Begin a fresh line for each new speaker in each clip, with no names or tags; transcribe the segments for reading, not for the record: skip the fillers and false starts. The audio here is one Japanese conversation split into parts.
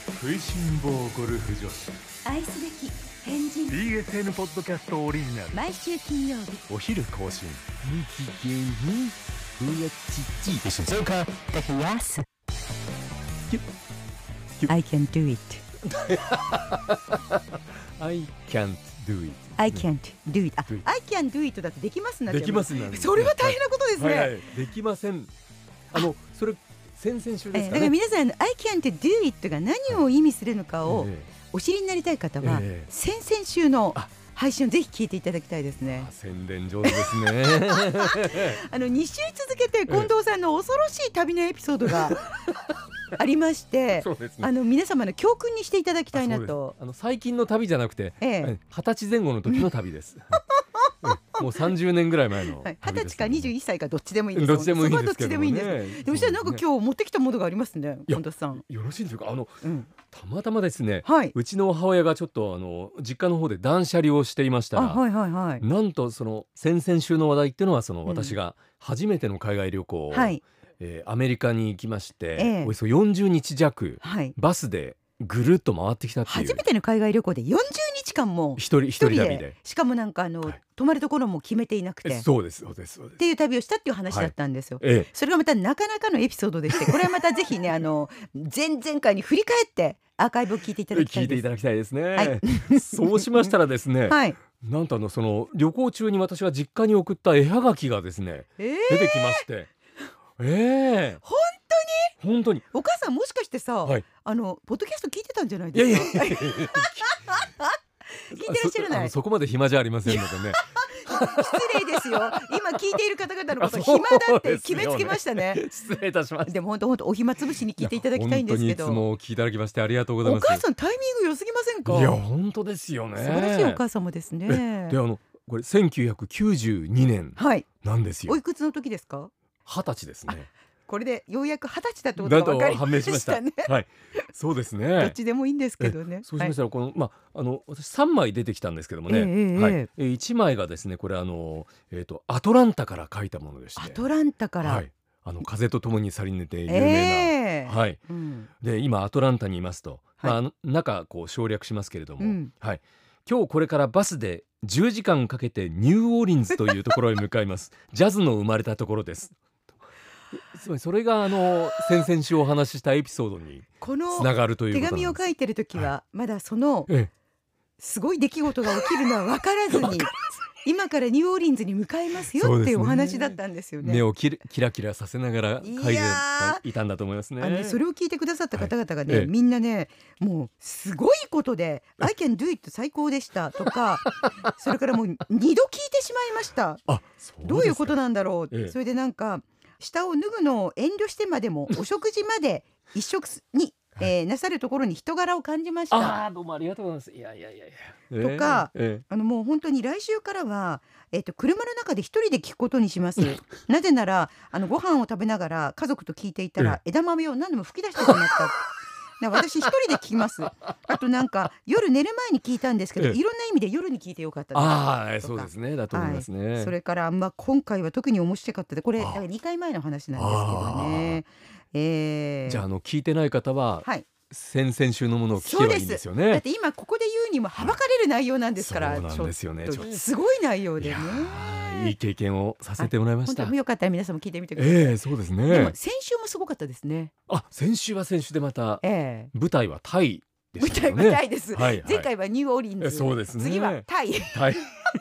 食いしん坊ゴルフ女子
愛すべき変人
BSN ポッドキャストオリジナル
毎週金曜日
お昼更新
日芸にうやちち静岡高安 I can do it
I can't do it
I can't do it I can do it だってできますな
できますなんですね
それは大変なことですね、
はいはい、できませんそれ先々週ですかね、
だから皆さんI can't do it が何を意味するのかをお知りになりたい方は、先々週の配信をぜひ聞いていただきたいですね。
宣伝上手ですね
2週続けて近藤さんの恐ろしい旅のエピソードがありまして、
そうですね、
皆様の教訓にしていただきたいなと。
最近の旅じゃなくて、20歳前後の時の旅ですもう30年ぐらい前の、
20歳か21歳かどっちでもいいです。
どっちでもいいですけどね。
でもしたらなんか今日持ってきたものがありますね、近藤さん。
よろしいでしょうか。たまたまですね、
はい、
うちの母親がちょっと実家の方で断捨離をしていましたら、なんとその先々週の話題っていうのは私が初めての海外旅行を、アメリカに行きまして、およそ40日弱、バスでぐるっと回ってきたっていう。
初めての海外旅行で40日間も
一人旅で、
しかもなんか泊まるところも決めていなくて、
そうです
っていう旅をしたっていう話だったんですよ。それがまたなかなかのエピソードでして、これはまたぜひね前々回に振り返ってアーカイブを聞いていただきたいです。
聞いていただきたいですね、そうしましたらですね、なんとその旅行中に私は実家に送った絵はがきがですね、出てきまして、本当に
お母さんもしかしてさ、ポッドキャスト聞いてたんじゃないですか。聞いてらっしゃらない。
そこまで暇じゃありませんのでね
失礼ですよ。今聞いている方々のこと暇だって決めつけましたね。
失礼いたしました。
でも本当お暇つぶしに聞いていただきたいんですけど、
本当にいつも聞いていただきましてありがとうございます。
お母さんタイミング良すぎませんか。
いや本当ですよね。
素晴らしいお母様ですね。
でこれ1992年なんですよ。
おいくつの時ですか。
20歳ですね。
これでようやく20歳だってことが分かりましたね。
はい、そうですね。
どっちでもいいんですけどね。
そうしましたら私3枚出てきたんですけどもね、1枚がですね、これアトランタから書いたものでして、
アトランタから、
風とともに去りぬて有名な、で今アトランタにいますと、中こう省略しますけれども、今日これからバスで10時間かけてニューオーリンズというところへ向かいますジャズの生まれたところです。それが先々週お話ししたエピソードにつながるということなんです。
手紙を書いてる時はまだそのすごい出来事が起きるのは分からずに今からニューオーリンズに向かいますよっていうお話だったんですよね。
目をキラキラさせながら書いていたんだと思いますね。
それを聞いてくださった方々がね、みんなねもうすごいことで「I can do it 最高でした」とかそれからもう2度聞いてしまいました。どういうことなんだろう。それでなんか下を脱ぐのを遠慮してまでもお食事まで一食に、なさるところに人柄を感じました。
どうもありがとうございます。いや
とか、もう本当に来週からは、車の中で一人で聞くことにします。なぜならご飯を食べながら家族と聞いていたら、枝豆を何度も吹き出してしまった。私一人で聞きます。あとなんか夜寝る前に聞いたんですけど、いろんな意味で夜に聞いてよかったです。
そうですね、だと思いますね。
それから今回は特に面白かったで、これ2回前の話なんですけどね。
じゃあ聞いてない方は、先々週のものを聞けばいいんですよね。
だって今ここで言うにもはばかれる内容なんですから。
そうなんですよね。
すごい内容でね。
いい経験をさせてもらいました。
本当によかったら皆さんも聞いてみてください。
そうですね。
でも先週もすごかったですね。
先週は先週でまた、舞台はタイでしたよね。
舞台はタイです。前回はニューオーリンズ。
そうですね。
次はタイ。でもタイ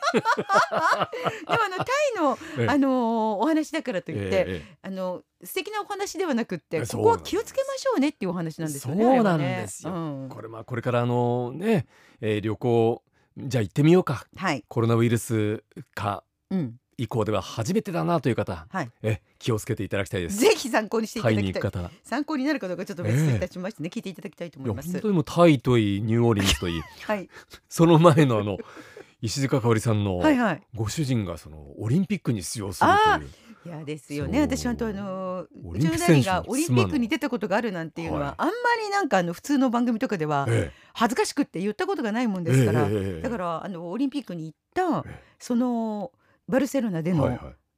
のお話だからといって素敵なお話ではなくって、ここは気をつけましょうねっていうお話なんですよね。
そうなんですよ。これから旅行じゃあ行ってみようか。コロナウイルス化以降では初めてだなという方、気をつけていただきたいです。
ぜひ参考にしていただきたい。参考になるかどうかちょっと別にいたしましてね、聞いていただきたいと思います。
本当にもうタイといいニューオーリンズといい、その前の石塚香織さんのご主人がオリンピックに出場するという。
いやですよね。私はうちの兄がオリンピックに出たことがあるなんていうのは、あんまりなんか普通の番組とかでは恥ずかしくって言ったことがないもんですから、だからオリンピックに行ったそのバルセロナでの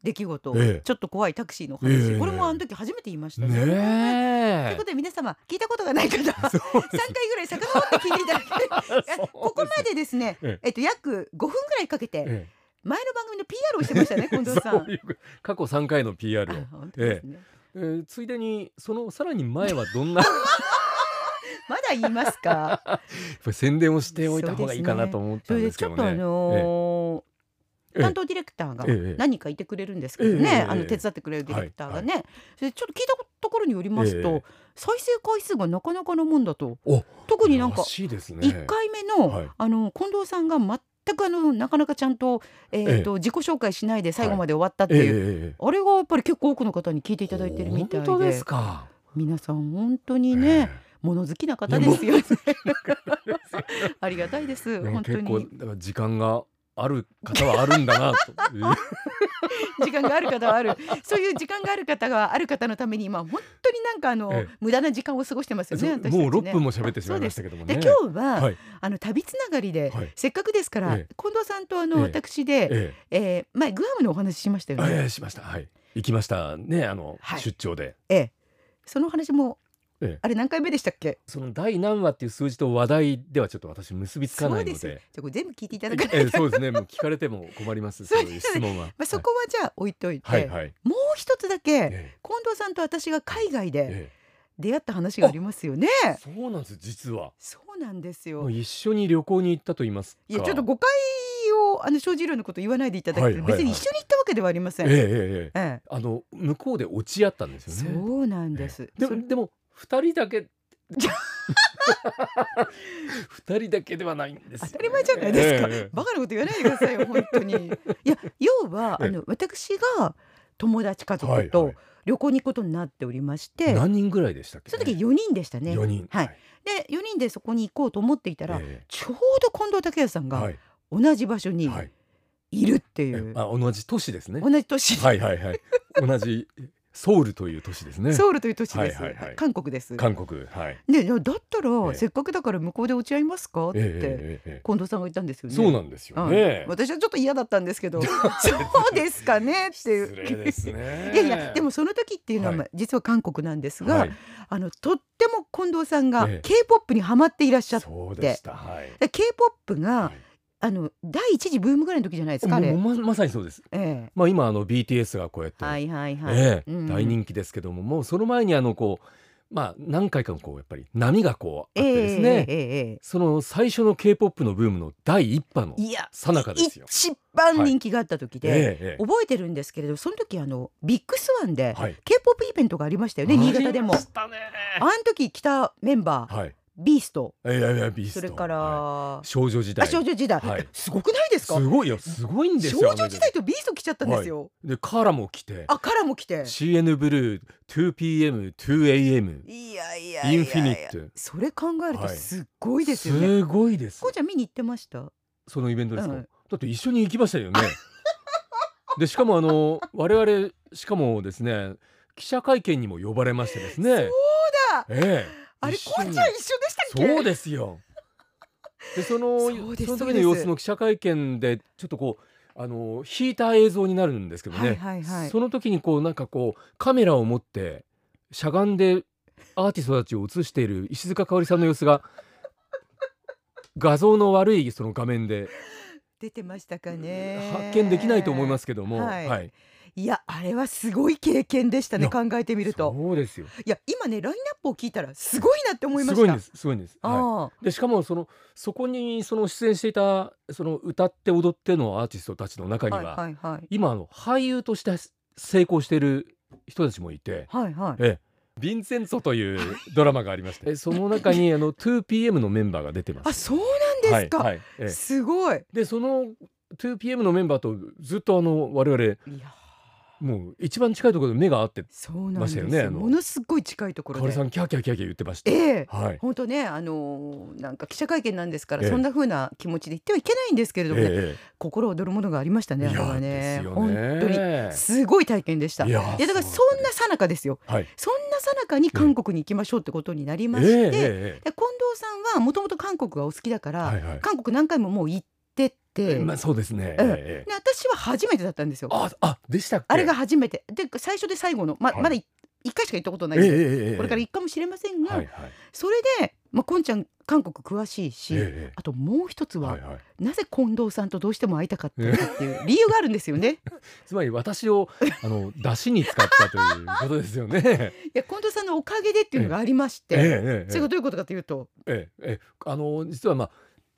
出来事、ちょっと怖いタクシーの話、これもあの時初めて言いましたね。ということで皆様聞いたことがない方3回ぐらい遡って聞いていただきたいここまでですね、約5分ぐらいかけて前の番組の PR をしてましたね近藤さん。
過去3回の PR を。本当ですね。ついでにそのさらに前はどんな
まだ言いますか。
やっぱり宣伝をしておいた方がいいかなと思ったんですけどね。
それでちょっと担当ディレクターが何人かいてくれるんですけどね、手伝ってくれるディレクターがね、それちょっと聞いたところによりますと、再生回数がなかなかのもんだと。特になんか1回目の近藤さんが全くなかなかちゃんと自己紹介しないで最後まで終わったっていう、あれがやっぱり結構多くの方に聞いていただいてるみたいで。
本当ですか。
皆さん本当にね、物好きな方ですよね。ありがたいです。本当に。
結構だから時間がある方はあるんだなと。
時間がある方はある。そういう時間がある方がある方のために今本当になんか無駄な時間を過ごしてますよね。私たちね。
もう6分も喋ってしまいましたけどもね。
で今日は旅つながりでせっかくですから近藤さんと私で前グアムのお話しましたよね。
しました。はい。行きましたね、出張で。
その話もあれ何回目でしたっけ。
その第何話っていう数字と話題ではちょっと私結びつかないので。
じゃあこれ全部聞いていただかないと。
そうですね。もう聞かれても困ります。そういう質問は。
そこはじゃあ置いといて、もう一つだけ近藤さんと私が海外で出会った話がありますよね。
そうなんです。実は。
そうなんですよ。
一緒に旅行に行ったと言いますか。
いやちょっと誤解を生じるようなこと言わないでいただきたい。別に一緒に行ったわけではありません。
向こうで落ち合ったんですよね。
そうなんです。
でも2人だけ。2人だけではないんです。
当たり前じゃないですか。バカなこと言わないでくださいよ本当に。いや要は私が友達家族と旅行に行くことになっておりまして。
何人ぐらいでしたっけ。
その時4人でしたね。
4人。
はい。で4人でそこに行こうと思っていたら、ちょうど近藤武康さんが同じ場所にいるっていう。
同じ都市ですね。
同じ都市。
同じソウルという都市ですね。
ソウルという都市です。韓国です。
韓国。
でだったらせっかくだから向こうで落ち合いますかって近藤さんが言ったんですよね。
そうなんですよね。
私はちょっと嫌だったんですけど、そうですかねっていう。
失礼ですね。
いやでもその時っていうのは実は韓国なんですが、とっても近藤さんが K-POP にハマっていらっしゃって、
そうでした。
K-POP が第一次ブームぐらいの時じゃないですか。
まさにそうです。今BTS がこうやって大人気ですけども、もうその前に何回かのやっぱり波があってですね、その最初の K-POP のブームの第一波の最中ですよ。
一番人気があった時で覚えてるんですけれど、その時ビッグスワンで K-POP イベントがありましたよね、新潟でも。あの時来たメンバービースト、それから
少女時代、
すごくないですか。
すごいよ、すごいんですよ。
少女時代とビースト来ちゃったんですよ。
でカラも来て、CN ブルー、2PM、2AM、インフィニット。
それ考えるとすっごいですよね。
すごいです。
こうちゃん見に行ってました？
そのイベントですか。だって一緒に行きましたよね。でしかも我々しかもですね、記者会見にも呼ばれましてですね。
そうだ。あれこうちゃん一緒でしたっけ。
そうですよ。でその時の様子の記者会見でちょっと引いた映像になるんですけどね、その時にカメラを持ってしゃがんでアーティストたちを映している石塚香織さんの様子が画像の悪いその画面で
出てましたかね。
発見できないと思いますけども、
いやあれはすごい経験でしたね、考えてみると。
そうですよ。
いや今ねラインナップを聞いたらすごいなって思いました。
すごいんです。でしかもそこに出演していた歌って踊ってのアーティストたちの中には、今俳優として成功している人たちもいて、ヴィンセンツォというドラマがありましてその中に2PM のメンバーが出てます。
あ、そうなんですか。すごい。
でその 2PM のメンバーとずっと我々もう一番近いところで目が合ってましたよね。
ものすごい近いところで。
香織さんキャーキャーキャーキャー言ってました。
本当ね、なんか記者会見なんですからそんな風な気持ちで言ってはいけないんですけれどもね、心躍るものがありましたね、あれはね。本当にすごい体験でした。いやだからそんな最中ですよ。そんな最中に韓国に行きましょうってことになりまして、近藤さんはもともと韓国がお好きだから韓国何回ももう行ってて、
そうですね。
で私は初めてだったんですよ。
でしたっけ。
あれが初めてで、最初で最後のまだ1回しか行ったことないんで、これから行くかもしれませんが、それでこんちゃん韓国詳しいし、あともう一つは、なぜ近藤さんとどうしても会いたかったのかっていう理由があるんですよね。
つまり私を出しに使ったということですよね。
いや、近藤さんのおかげでっていうのがありまして、それがどういうことかというと、
実は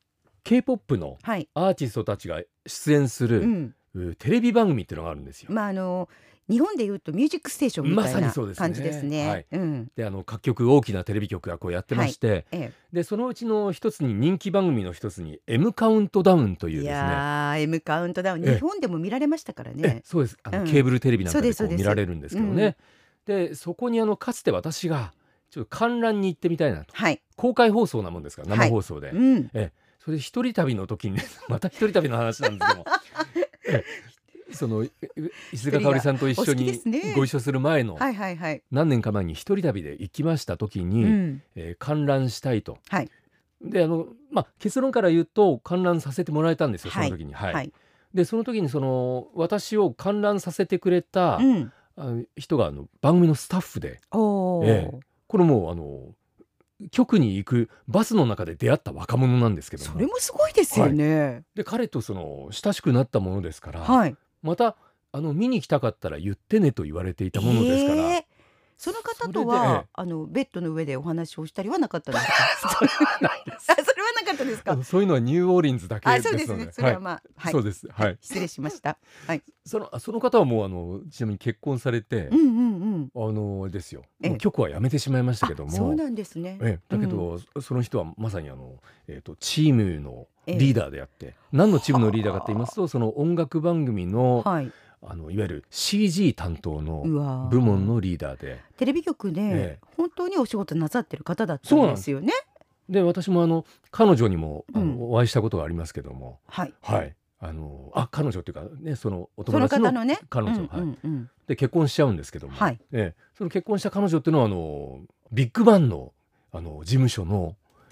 K-POP のアーティストたちが出演する、テレビ番組っていうのがあるんですよ。
日本でいうとミュージックステーションみたいな感じですね。
で各局大きなテレビ局がこうやってまして、でそのうちの一つに人気番組の一つに M カウントダウンというですね。い
や M カウントダウン日本でも見られましたからね。
そうです。ケーブルテレビなんかでこう見られるんですけどね。でそこにかつて私がちょっと観覧に行ってみたいなと、公開放送なもんですから生放送で、それで一人旅の時にまた一人旅の話なんですけどもその石塚香織さんと一緒にご一緒する前の何年か前に一人旅で行きました時に、観覧したいと、で結論から言うと観覧させてもらえたんですよ、その時に。でその時に私を観覧させてくれた、人が番組のスタッフで、これも局に行くバスの中で出会った若者なんですけども、
それもすごいですよね。
で彼と親しくなったものですから、また見に来たかったら言ってねと言われていたものですから、
その方とはベッドの上でお話をしたりはなかったんですか。
それはないです。
それはなかったですか。
そういうのはニューオーリンズだけですので。
そうですね。それは
そうです。
失礼しました。
その方はもうちなみに結婚されて、ですよ。局は辞めてしまいましたけども。
そうなんですね。
だけどその人はまさにチームのリーダーであって、何のチームのリーダーかと言いますと、その音楽番組のいわゆる CG 担当の部門のリーダーで、
テレビ局で本当にお仕事なさってる方だったんですよね。
で私も彼女にもお会いしたことがありますけども、彼女っていうかね、そのお友達の彼女、で結婚しちゃうんですけども、その結婚した彼女っていうのはビッグバンの事務所の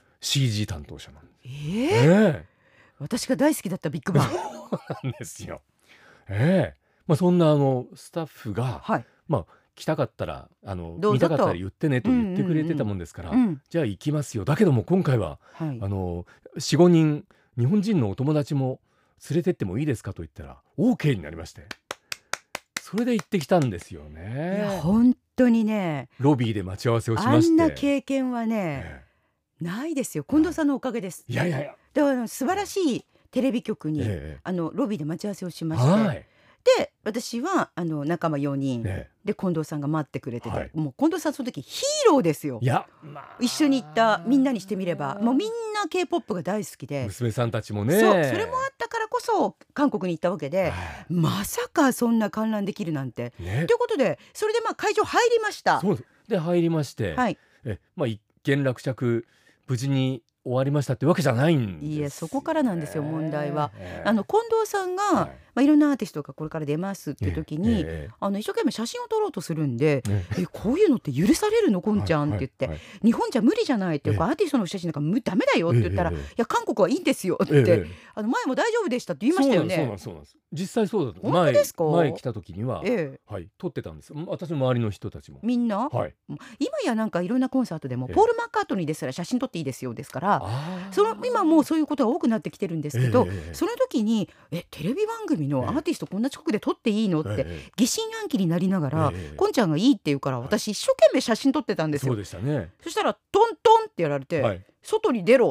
CG 担当者なんです。
私が大好きだったビッグバン。
そうなんですよ。そんなスタッフが、来たかったら見たかったら言ってねと言ってくれてたもんですから、じゃあ行きますよ。だけども今回は、4、5人日本人のお友達も連れてってもいいですかと言ったら OK になりまして、それで行ってきたんですよね。
いや本当にね、
ロビーで待ち合わせをしまして、
あんな経験はね、ないですよ。近藤さんのおかげです。
いや
だから素晴らしいテレビ局に、ロビーで待ち合わせをしまして、で私は仲間4人、で近藤さんが待ってくれてて、もう近藤さんその時ヒーローですよ。一緒に行ったみんなにしてみれば、もうみんな K-POP が大好きで、
娘さんたちもね、
それもあったからこそ韓国に行ったわけで、まさかそんな観覧できるなんて、ということでそれで会場入りました。
そうで入りまして、一件落着無事に終わりましたってわけじゃないんです。
いや、そこからなんですよ問題は。近藤さんが、いろんなアーティストがこれから出ますっていう時に、一生懸命写真を撮ろうとするんで、こういうのって許されるのこんちゃんって言って、日本じゃ無理じゃないっていうか、アーティストの写真なんかダメだよって言ったら、いや韓国はいいんですよって、前も大丈夫でしたって言いましたよね。
そうなんです。実際そうだと。
本当ですか。
前来た時には撮ってたんです。私の周りの人たちも
みんな、今やなんかいろんなコンサートでもポール・マッカートニーですら写真撮っていいですよですから、今もうそういうことが多くなってきてるんですけど、その時にテレビ番組のアーティストこんな近くで撮っていいのって疑心暗鬼になりながら、こんちゃんがいいって言うから私一生懸命写真撮ってたんですよ。
そうでしたね。
そしたらトントンってやられて、外に出ろ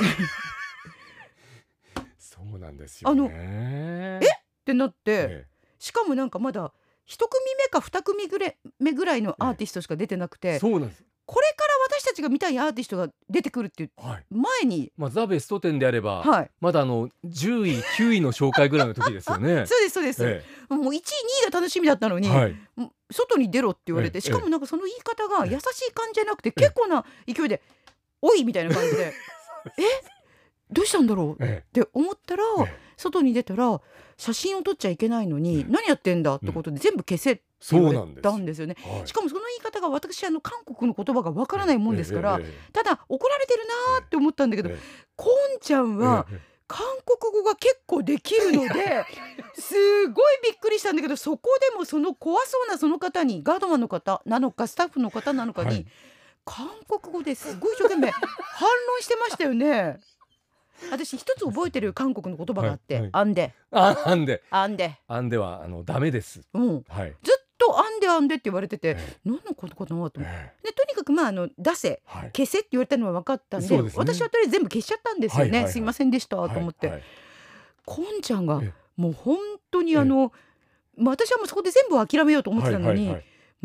そうなんですよね。
ってなって、しかもなんかまだ1組目か2組目ぐらいのアーティストしか出てなくて、
そうなんです。
これから私たちが見たいアーティストが出てくるっていう前に、
ザ・ベスト10であれば、まだ10位9位の紹介ぐらいの時ですよね。
そうです。もう1位2位が楽しみだったのに、外に出ろって言われて、しかもなんかその言い方が優しい感じじゃなくて、結構な勢いでおいみたいな感じでどうしたんだろうって思ったら、外に出たら写真を撮っちゃいけないのに、何やってんだってことで全部消せって言われたんですよね。しかもその言い方が私韓国の言葉がわからないもんですから、ただ怒られてるなーって思ったんだけど、こんちゃんは韓国語が結構できるのですごいびっくりしたんだけど、そこでもその怖そうなその方に、ガードマンの方なのかスタッフの方なのかに、はい、韓国語ですごい一生懸命反論してましたよね。私一つ覚えてる韓国の言葉があって、はいはい、アンデ
アンデはダメです、
はい、ずっとアンデアンデって言われてて、何のことかなと思って、でとにかく出せ、はい、消せって言われたのは分かったん で、ね、私はとりあえず全部消しちゃったんですよね、はいはいはい、すいませんでしたと思って、はいはい、こんちゃんがもう本当に私はもうそこで全部諦めようと思ってたのに、はいはいはい、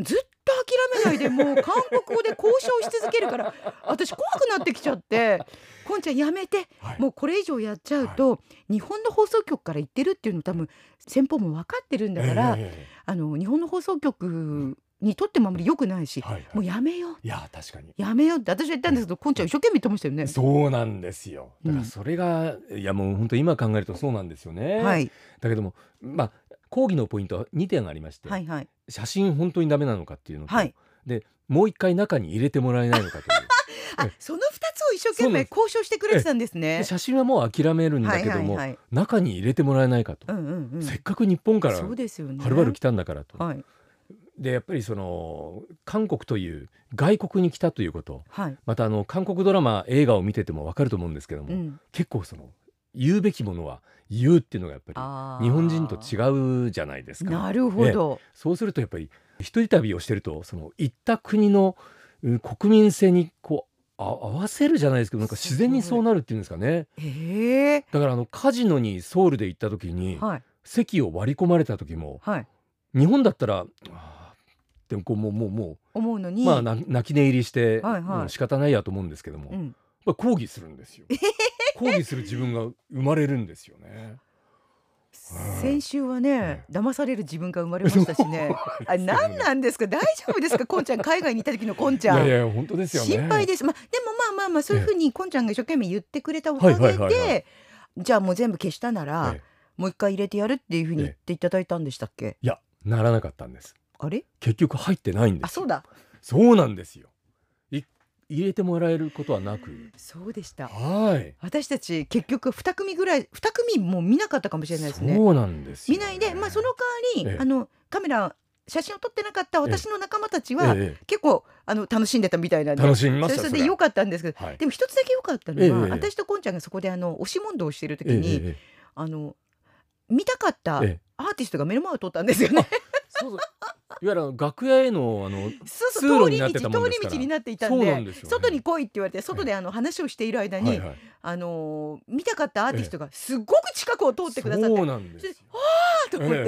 ずっと諦めないでもう韓国語で交渉し続けるから私怖くなってきちゃって、こんちゃんやめて、はい、もうこれ以上やっちゃうと、はい、日本の放送局から言ってるっていうの多分先方も分かってるんだから、日本の放送局にとってもあまり良くないし、はいはい、もうやめよう、
いや確かに
やめようって私は言ったんですけど、こんちゃん一生懸命言ってましたよね。
そうなんですよ。だからそれが、いやもう本当今考えるとそうなんですよね、はい、だけども講義のポイントは2点ありまして、はいはい、写真本当にダメなのかっていうのと、はい、でもう一回中に入れてもらえないのかという
その2つを一生懸命交渉してくれてたんですね。
写真はもう諦めるんだけども、はいはいはい、中に入れてもらえないかと、せっかく日本からはるばる来たんだからと、はい、でやっぱり韓国という外国に来たということ、はい、また韓国ドラマ映画を見てても分かると思うんですけども、結構言うべきものは言うっていうのがやっぱり日本人と違うじゃないですか。
なるほど、
そうするとやっぱり一人旅をしてると行った国の国民性に合わせるじゃないですけど、なんか自然にそうなるっていうんですかね。だからカジノにソウルで行った時に、はい、席を割り込まれた時も、はい、日本だったらでももう
思うのに、
泣き寝入りして、はいはい、仕方ないやと思うんですけども、抗議するんですよ。抗議する自分が生まれるんですよね。
先週はね、騙される自分が生まれましたしね。何なんですか、大丈夫ですか、こんちゃん、海外にいた時のこんちゃん。
いや本当ですよね。
心配です。でもそういうふうにこんちゃんが一生懸命言ってくれたおかげで、じゃあもう全部消したなら、もう一回入れてやるっていうふうに言っていただいたんでしたっけ。
いやならなかったんです。
あれ
結局入ってないんです。
そうだ、
そうなんですよ。入れてもらえることはなく。
そうでした。
はい。
私たち結局2組ぐらい、2組も見なかったかもしれないですね。
そうなんですよ、
見ないで、その代わり、カメラ写真を撮ってなかった私の仲間たちは、結構楽しんでたみたいなんで、
楽しみました。
それで良かったんですけど、でも一つだけ良かったのは、私とこんちゃんがそこで押し問答をしている時に、見たかったアーティストが目の前を通ったんですよね。
そういわゆる楽屋への通路になってたもんですから、
通り道になっていたんで、外に来いって言われて、外で話をしている間に、見たかったアーティストがすごく近くを通ってくださって、
そうなんですよ。
と思って、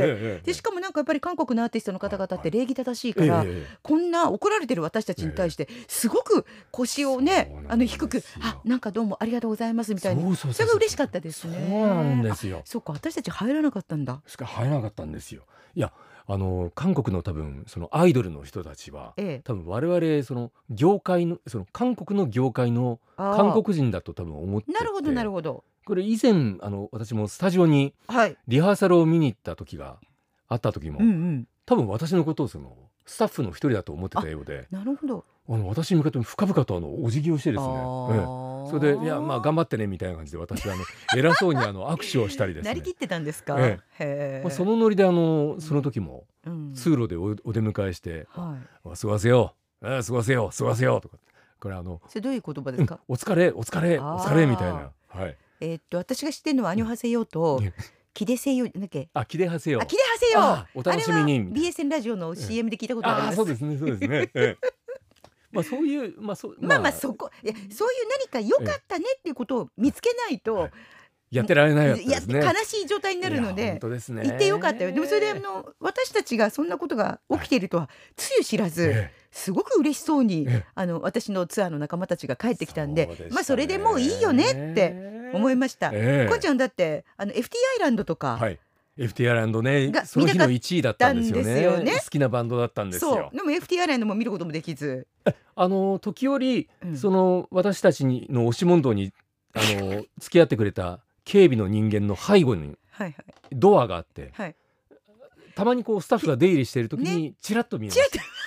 でしかもなんかやっぱり韓国のアーティストの方々って礼儀正しいから、こんな怒られてる私たちに対してすごく腰をね低く、なんかどうもありがとうございますみたいに、それが嬉しかったですね。
そうなんですよ。
そっか、私たち入らなかったんだ。
入らなかったんですよ。いや韓国の多分アイドルの人たちは、多分我々業界の韓国の業界の韓国人だと多分思ってて、
なるほどなるほど。
これ以前私もスタジオにリハーサルを見に行った時があった時も、多分私のことをスタッフの一人だと思ってたようで、
なるほど、
私に向かって深々とお辞儀をしてですね、それで頑張ってねみたいな感じで、私は偉そうに握手をしたりですね。
なりきってたんですか。
そのノリでその時も通路でお出迎えして「過ごせよ過ごせよ過ごせよ」とか、これ
それどういう言葉ですか。
お疲れお疲れお疲れみたいな。
私が知ってるのはアニョハセヨとキデセヨなんだっけ。
キデハセヨ。
キデハセヨ。
お楽しみに。
BSN ラジオの CM で聞いたことがあります。
そうですねそうですね。そういうそこ、そういう
何か良かったねっていうことを見つけないと
やってられないやつですね。
悲しい状態になるので、
本当ですね。
言ってよかったよ。でもそれで私たちがそんなことが起きているとはつゆ知らず、すごく嬉しそうに私のツアーの仲間たちが帰ってきたんで、それでもういいよねって思いました。こんちゃんだってFT アイランドとか、
FT アイランドね、その日の1位だったんですよね。好きなバンドだったんですよ。
でも FT アイランドも見ることもできず、
時折私たちの押し問答に付き合ってくれた警備の人間の背後にドアがあって、たまにスタッフが出入りしている時にチラッと見えます。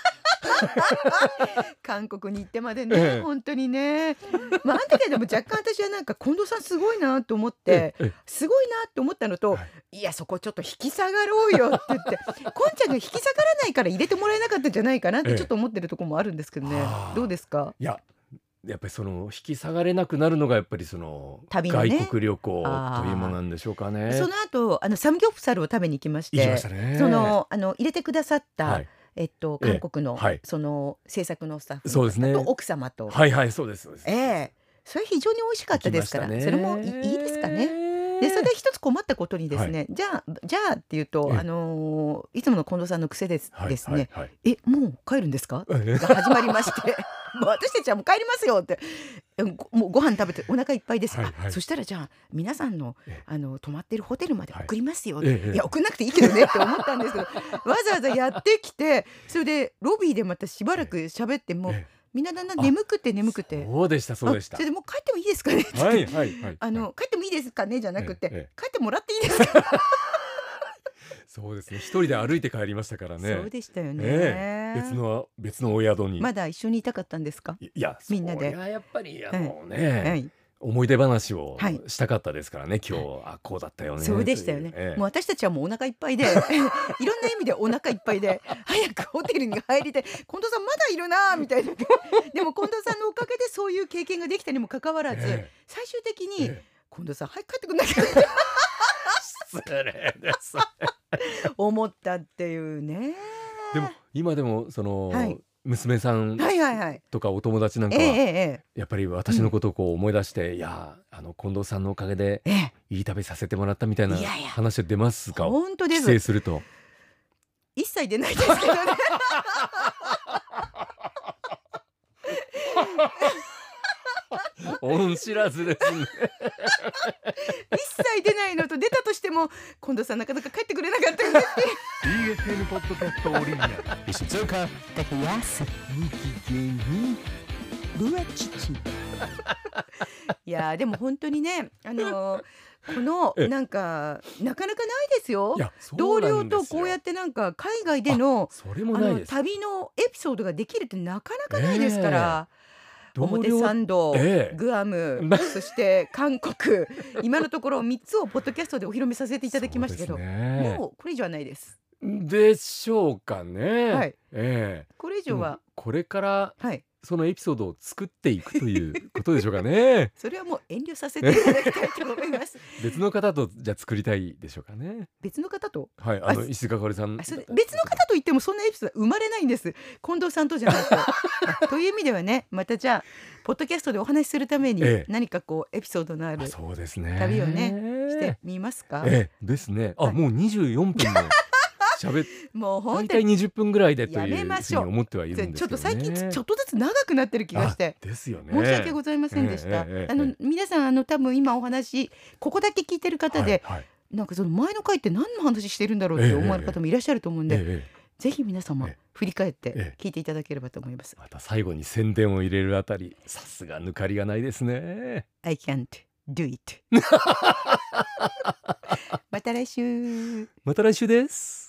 韓国に行ってまでね、本当にね。まあ、あんだけども若干私はなんか近藤さんすごいなと思って、すごいなと思ったのと、いやそこちょっと引き下がろうよって言って、こんちゃんが引き下がらないから入れてもらえなかったんじゃないかなってちょっと思ってるところもあるんですけどね。どうですか？
いや、やっぱりその引き下がれなくなるのがやっぱりその
旅のね、
外国旅行というものなんでしょうかね。
その後サムギョプサルを食べに行きまして、
行きましたね。
その入れてくださった、韓国の、その制作のスタッフの方と奥様と、
はいはい、そうですそうです。
それ非常に美味しかったですから、それもいいですかね。でそれで一つ困ったことにですね、じゃあっていうと、いつもの近藤さんの癖ですね、もう帰るんですかが始まりましてもう私たちはもう帰りますよって、もうご飯食べてお腹いっぱいです、そしたらじゃあ皆さんの泊まってるホテルまで送りますよ、いや送んなくていいけどねって思ったんですけど、わざわざやってきて、それでロビーでまたしばらく喋っても、みんなだんだん眠くて
そうでしたそうでした。
それでもう帰ってもいいですかねって、帰ってもいいですかねじゃなくて、帰ってもらっていいですか
そうですね、一人で歩いて帰りましたからね。
そうでしたよね。
別のお宿に。
まだ一緒にいたかったんですか？
いや、
みんなで。
やっぱり思い出話をしたかったですからね、今日こうだったよね。
そうでしたよね。もう私たちはもうお腹いっぱいでいろんな意味でお腹いっぱいで早くホテルに入りたい、近藤さんまだいるなみたいなでも近藤さんのおかげでそういう経験ができたにもかかわらず、最終的に近藤さん早く帰ってくんなきゃ
失礼です
思ったっていうね。
でも今でもその、娘さんとかお友達なんかはやっぱり私のことをこう思い出して、いや近藤さんのおかげでいい旅させてもらったみたいな話出ますか？
本当です。
帰省すると
一切出ないですけどね
恩知らずですね
一切出ないのと、出たとしても近藤さんなかなか帰ってくれなかったよねって
BFN ポッドキャストオリジナル石塚
高安無期限ルアチチいやでも本当にね、このなんかなかなかないですよ。同僚とこうやってなんか海外での旅のエピソードができるってなかなかないですから。表参道、グアム、そして韓国今のところ3つをポッドキャストでお披露目させていただきましたけど、もうこれ以上はないです
でしょうかね。
これ以上は
これからそのエピソードを作っていくということでしょうかね。
それはもう遠慮させていただきたいと思います
別の方とじゃあ作りたいでしょうかね。
別の方と、
石塚かおりさん。
別の方と言ってもそんなエピソード生まれないんです、近藤さんとじゃないとという意味ではね、またじゃあポッドキャストでお話しするために何かこうエピソードのある旅をねしてみますか？
ですね。もう24分も
もう
本当に20分ぐらいでというふうに思ってはいるんですけどね。
ちょっと最近ちょっとずつ長くなってる気がして
ですよね。
申し訳ございませんでした。皆さん多分今お話ここだけ聞いてる方で、なんかその前の回って何の話してるんだろうって思われる方もいらっしゃると思うんで、ぜひ皆様振り返って聞いていただければと思います。
また最後に宣伝を入れるあたり、さすが抜かりがないですね。
I can't do it また来週
です。